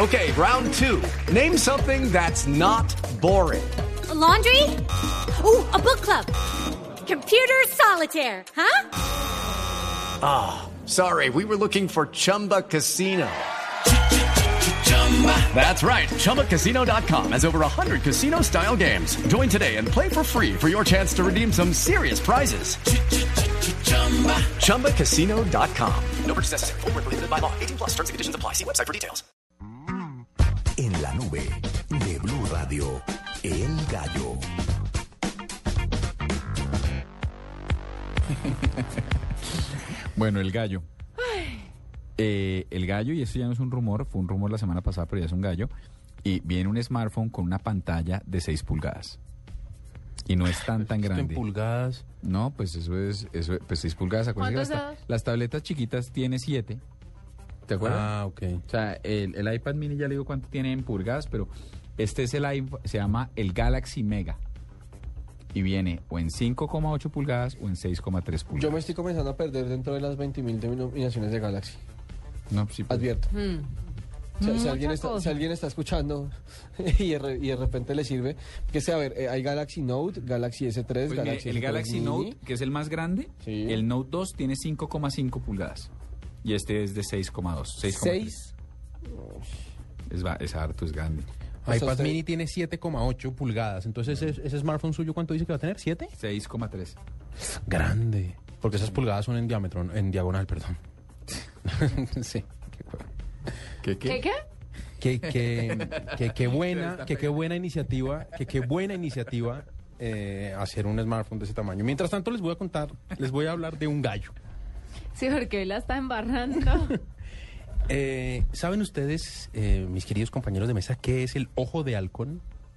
Okay, round two. Name something that's not boring. A laundry? Ooh, a book club. Computer solitaire, huh? Sorry, we were looking for Chumba Casino. That's right. ChumbaCasino.com has over 100 casino-style games. Join today and play for free for your chance to redeem some serious prizes. ChumbaCasino.com. No purchase necessary. Void where prohibited by law. 18 plus terms and conditions apply. See website for details. En la nube de Blue Radio, El Gallo. Bueno, el gallo. El gallo, y esto ya no es un rumor, fue un rumor la semana pasada, pero ya es un gallo. Y viene un smartphone con una pantalla de 6 pulgadas. Y no es tan grande. ¿En pulgadas? No, pues eso es pues 6 pulgadas. Acuérdense que las tabletas chiquitas tiene 7. ¿Te acuerdas? Ah, ok. O sea, el iPad mini ya le digo cuánto tiene en pulgadas, pero este es se llama el Galaxy Mega. Y viene o en 5,8 pulgadas o en 6,3 pulgadas. Yo me estoy comenzando a perder dentro de las 20.000 denominaciones de Galaxy. No, sí, pues. Advierto. Si alguien está escuchando y de repente le sirve, que sea, a ver, hay Galaxy Note, Galaxy S3, Pues Galaxy mire, el S3 Galaxy Mini. Note, que es el más grande, Sí. el Note 2 tiene 5,5 pulgadas. Y este es de 6,2. 6,3. Es harto, es grande. iPad mini tiene 7,8 pulgadas. Entonces, ¿ese smartphone suyo cuánto dice que va a tener? ¿7? 6,3. Grande. Porque esas pulgadas son en diámetro, en diagonal, perdón. Sí. ¿Qué? Qué buena iniciativa hacer un smartphone de ese tamaño. Mientras tanto les voy a hablar de un gallo. Sí, porque hoy la está embarrando. ¿Saben ustedes, mis queridos compañeros de mesa, qué es el ojo de halcón?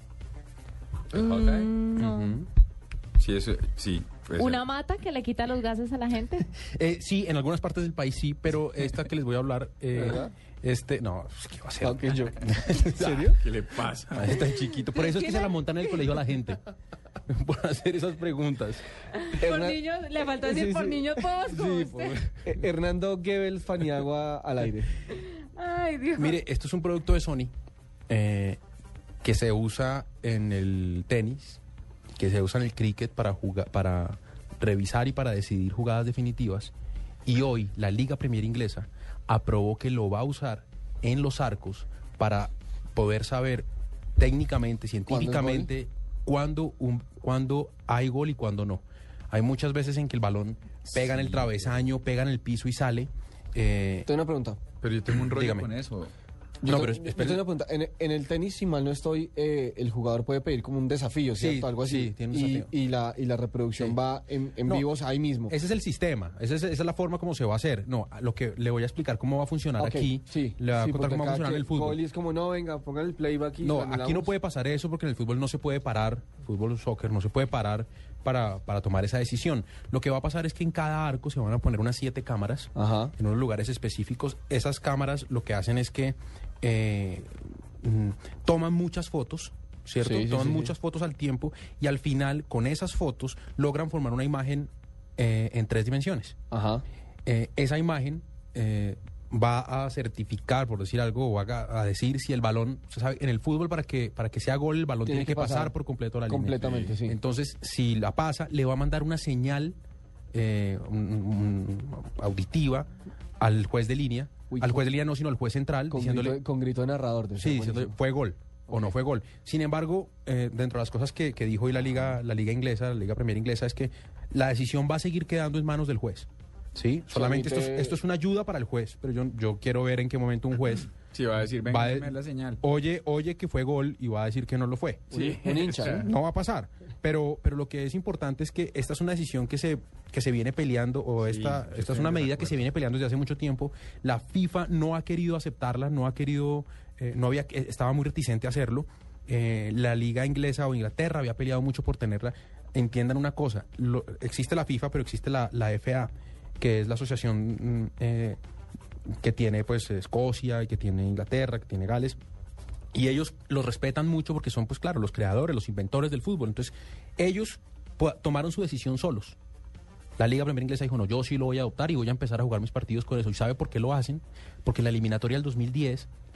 No. Ujú. Sí, eso, sí. Pues, ¿Una mata que le quita los gases a la gente? Sí, en algunas partes del país sí, pero esta que les voy a hablar, ¿verdad? no, ¿qué va a ser? Ah, ok, yo. ¿En serio? ¿Qué le pasa? Ah, es tan chiquito. Por eso es que se la montan en el colegio a la gente. Por hacer esas preguntas. Por niños, le faltó decir Sí, por sí. niños todos como Sí, usted. Hernando Goebbels Faniagua al aire. Ay, Dios. Mire, esto es un producto de Sony que se usa en el tenis, que se usa en el cricket para jugar, para revisar y para decidir jugadas definitivas. Y hoy la Liga Premier Inglesa aprobó que lo va a usar en los arcos para poder saber técnicamente, científicamente, cuándo hay gol y cuándo no. Hay muchas veces en que el balón pega en el travesaño, pega en el piso y sale. Tengo una pregunta. Pero yo tengo un rollo Dígame. con eso. No, pero Yo espere. tengo una pregunta. En el tenis, si mal no estoy, el jugador puede pedir como un desafío, ¿cierto? Sí, Algo así. sí, tiene un desafío. Y la reproducción Sí. va en No, vivos ahí mismo. Ese es el sistema, esa es la forma como se va a hacer. No, lo que le voy a explicar cómo va a funcionar Ok, aquí, sí, le voy a sí, contar porque cómo va a acá funcionar que el fútbol. Gol y es como, no, venga, pongan el playback y No, anulamos. aquí no puede pasar eso porque en el fútbol no se puede parar, fútbol soccer no se puede parar para tomar esa decisión. Lo que va a pasar es que en cada arco se van a poner unas 7 cámaras Ajá. en unos lugares específicos. Esas cámaras lo que hacen es que toman muchas fotos, ¿cierto? Sí, sí, toman sí, muchas fotos al tiempo y al final con esas fotos logran formar una imagen en 3 dimensiones. Ajá. Esa imagen va a certificar, por decir algo, o va a decir si el balón, usted sabe, en el fútbol para que sea gol el balón tiene que pasar por completo la línea. Completamente, sí. Entonces, si la pasa, le va a mandar una señal auditiva al juez de línea, Uy, al juez de línea no, sino al juez central, diciéndole, Con grito de narrador. sí, diciéndole, fue gol o no fue gol. Sin embargo, dentro de las cosas que dijo hoy la liga inglesa, la Liga Premier Inglesa, es que la decisión va a seguir quedando en manos del juez. ¿Sí? Solamente esto es una ayuda para el juez, pero yo quiero ver en qué momento un juez Sí, va a decir, venga, deme la señal. oye que fue gol y va a decir que no lo fue. Sí. Un hincha, ¿no? No va a pasar. Pero lo que es importante es que esta es una decisión que se viene peleando, o Sí, esta yo es estoy una de medida acuerdo. que se viene peleando desde hace mucho tiempo. La FIFA no ha querido aceptarla, no ha querido, estaba muy reticente a hacerlo. La Liga Inglesa o Inglaterra había peleado mucho por tenerla. Entiendan una cosa, existe la FIFA, pero existe la FA, que es la asociación que tiene pues Escocia, y que tiene Inglaterra, que tiene Gales. Y ellos los respetan mucho porque son, pues claro, los creadores, los inventores del fútbol. Entonces, ellos tomaron su decisión solos. La Liga Premier Inglesa dijo, no, yo sí lo voy a adoptar y voy a empezar a jugar mis partidos con eso. ¿Y sabe por qué lo hacen? Porque en la eliminatoria del 2010,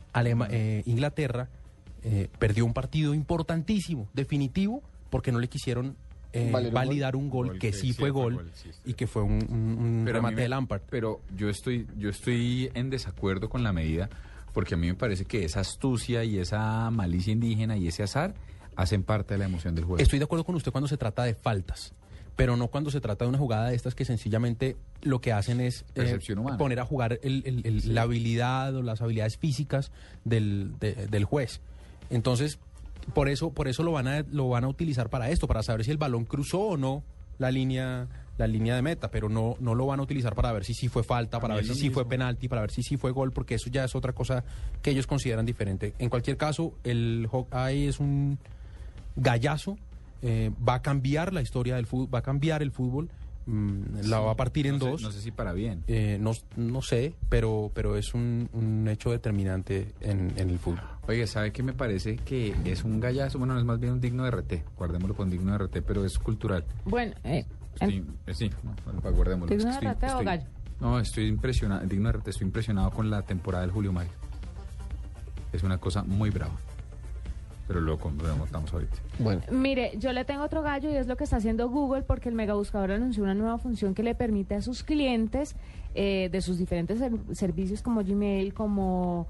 Inglaterra perdió un partido importantísimo, definitivo, porque no le quisieron validar un gol que sí fue gol y que fue un remate de Lampard. Pero yo estoy en desacuerdo con la medida, porque a mí me parece que esa astucia y esa malicia indígena y ese azar hacen parte de la emoción del juego. Estoy de acuerdo con usted cuando se trata de faltas, pero no cuando se trata de una jugada de estas que sencillamente lo que hacen es poner a jugar la habilidad o las habilidades físicas del juez. Entonces, por eso lo van a utilizar para esto, para saber si el balón cruzó o no la línea de meta, pero no lo van a utilizar para ver si sí fue falta, para ver si sí fue penalti, para ver si sí fue gol, porque eso ya es otra cosa que ellos consideran diferente. En cualquier caso, el Hawkeye es un gallazo, va a cambiar la historia del fútbol, va a cambiar el fútbol, la va a partir en dos. No sé si para bien. No sé, pero es un hecho determinante en el fútbol. Oye, ¿sabe qué me parece? Que es un gallazo, bueno, no es más bien un digno de RT, guardémoslo con digno de RT, pero es cultural. Bueno, Sí, guardémoslo. ¿Digno de RT o gallo? No, estoy impresionado, digno de RT, estoy impresionado con la temporada del Julio Mario. Es una cosa muy brava. Pero lo montamos ahorita. Bueno. Mire, yo le tengo otro gallo y es lo que está haciendo Google, porque el megabuscador anunció una nueva función que le permite a sus clientes de sus diferentes servicios como Gmail, como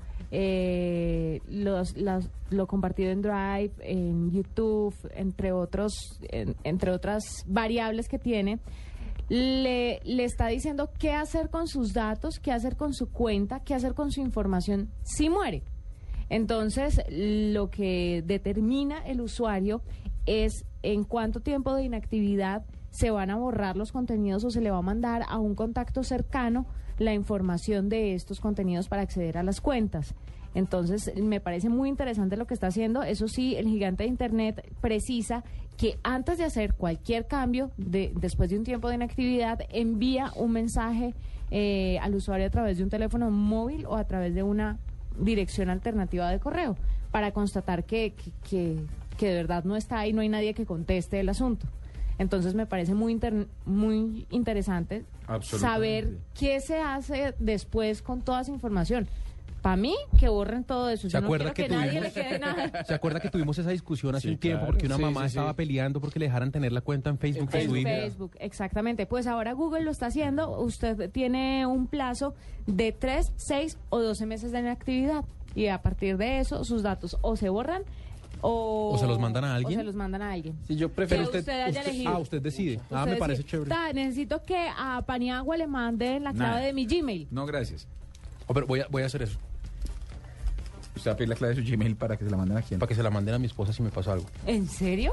lo compartido en Drive, en YouTube, entre otras variables que tiene, le está diciendo qué hacer con sus datos, qué hacer con su cuenta, qué hacer con su información si muere. Entonces, lo que determina el usuario es en cuánto tiempo de inactividad se van a borrar los contenidos o se le va a mandar a un contacto cercano la información de estos contenidos para acceder a las cuentas. Entonces, me parece muy interesante lo que está haciendo. Eso sí, el gigante de Internet precisa que antes de hacer cualquier cambio, después de un tiempo de inactividad, envía un mensaje al usuario a través de un teléfono móvil o a través de una dirección alternativa de correo para constatar que de verdad no está ahí, no hay nadie que conteste el asunto. Entonces me parece muy interesante saber qué se hace después con toda esa información. Para mí, que borren todo eso. ¿Se acuerda no quiero que nadie le quede nada. ¿Se acuerda que tuvimos esa discusión hace un tiempo? Porque una mamá estaba peleando porque le dejaran tener la cuenta en Facebook. En Facebook, exactamente. Pues ahora Google lo está haciendo. Usted tiene un plazo de 3, 6 o 12 meses de inactividad. Y a partir de eso, sus datos o se borran o se los mandan a alguien. O se los mandan a alguien. Si yo prefiero usted haya elegido. Usted decide. Usted me parece chévere. Necesito que a Paniagua le manden la clave de mi Gmail. No, gracias. Pero voy a hacer eso. ¿Usted va a pedir la clave de su Gmail para que se la manden a quién? Para que se la manden a mi esposa si me pasa algo. ¿En serio?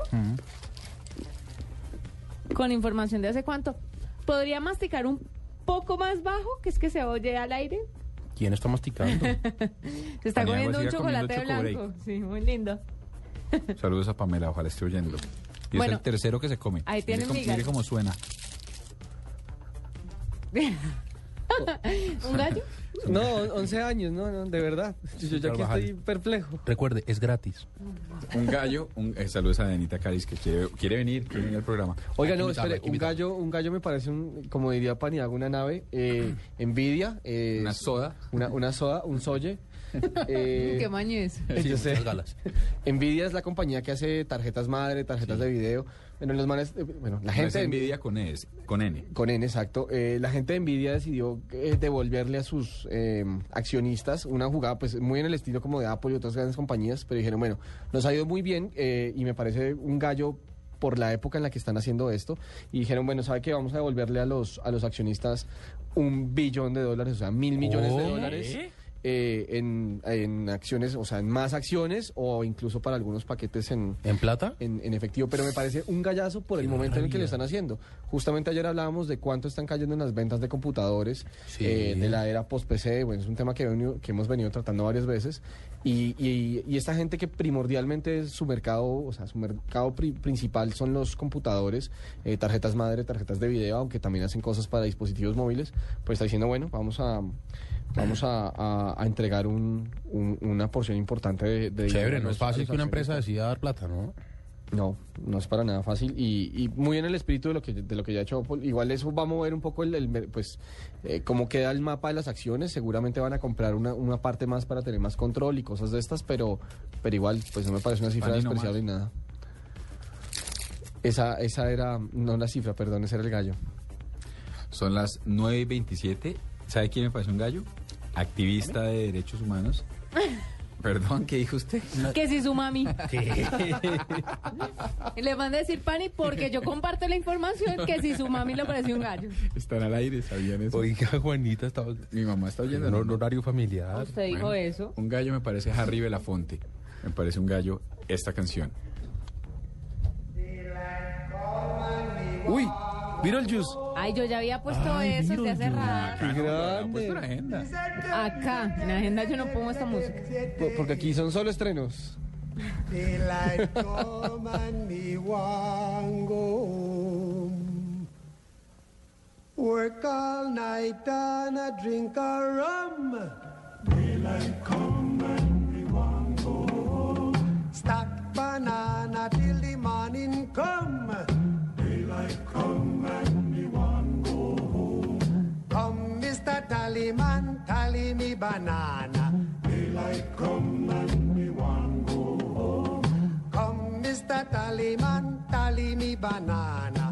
¿Con información de hace cuánto? ¿Podría masticar un poco más bajo, que es que se oye al aire? ¿Quién está masticando? Se está comiendo un chocolate blanco. Sí, muy lindo. Saludos a Pamela, ojalá esté oyéndolo. Y es el tercero que se come. Ahí tienen migas. Mire cómo suena. ¿Un gallo? No, 11 años, no, de verdad. Yo ya aquí estoy perplejo. Recuerde, es gratis. Un gallo, saludos a Denita Caris que quiere venir al programa. Oiga, no, espere, un gallo me parece, como diría Paniagua, una nave. Nvidia. Una soda. Una soda, un soye. ¿Qué maño es? Sí, yo sé. Nvidia es la compañía que hace tarjetas madre, tarjetas de video. Bueno, los manes, la gente de Nvidia con N. Con N, exacto. La gente de Nvidia decidió devolverle a sus accionistas una jugada, pues muy en el estilo como de Apple y otras grandes compañías, pero dijeron, bueno, nos ha ido muy bien y me parece un gallo por la época en la que están haciendo esto, y dijeron, bueno, ¿sabe qué? Vamos a devolverle a los accionistas $1 billón, o sea, 1.000 millones de dólares. En acciones, o sea, en más acciones o incluso para algunos paquetes en plata, en efectivo, pero me parece un gallazo por el momento en el que lo están haciendo. Justamente ayer hablábamos de cuánto están cayendo en las ventas de computadores de la era post-PC. Bueno, es un tema que hemos venido tratando varias veces y esta gente que primordialmente es su mercado, o sea, su mercado principal son los computadores, tarjetas madre, tarjetas de video, aunque también hacen cosas para dispositivos móviles, pues está diciendo, bueno, vamos a entregar una porción importante de chévere, no es fácil que una empresa decida dar plata, ¿no? No, no es para nada fácil y muy en el espíritu de lo que ya ha hecho Apple. Igual eso va a mover un poco cómo queda el mapa de las acciones. Seguramente van a comprar una parte más para tener más control y cosas de estas, pero igual pues no me parece una cifra Pani no despreciable ni nada. Esa era, no la cifra, perdón, ese era el gallo. Son las 9:27. ¿Sabe quién me parece un gallo? Activista de derechos humanos. Perdón, ¿qué dijo usted? Que si su mami. Le van a decir Pani porque yo comparto la información que si su mami le pareció un gallo. Están al aire, ¿sabían eso? Oiga, Juanita, Mi mamá está oyendo. en horario familiar. Usted dijo Bueno, eso. Un gallo me parece Harry Belafonte. Me parece un gallo esta canción. Uy, Beetlejuice. Ay, yo ya había puesto eso desde hace rato. Qué grande. Puesto en la agenda. Acá, en la agenda yo no pongo esta música. Porque aquí son solo estrenos. Daylight come and me want go home. Work all night and a drink a rum. Daylight come and me want go home. Stack banana till the morning come. Daylight come and me want go home. Come, Mr. Tallyman, tally me banana. Daylight come and me want go home. Come, Mr. Tallyman, tally me banana.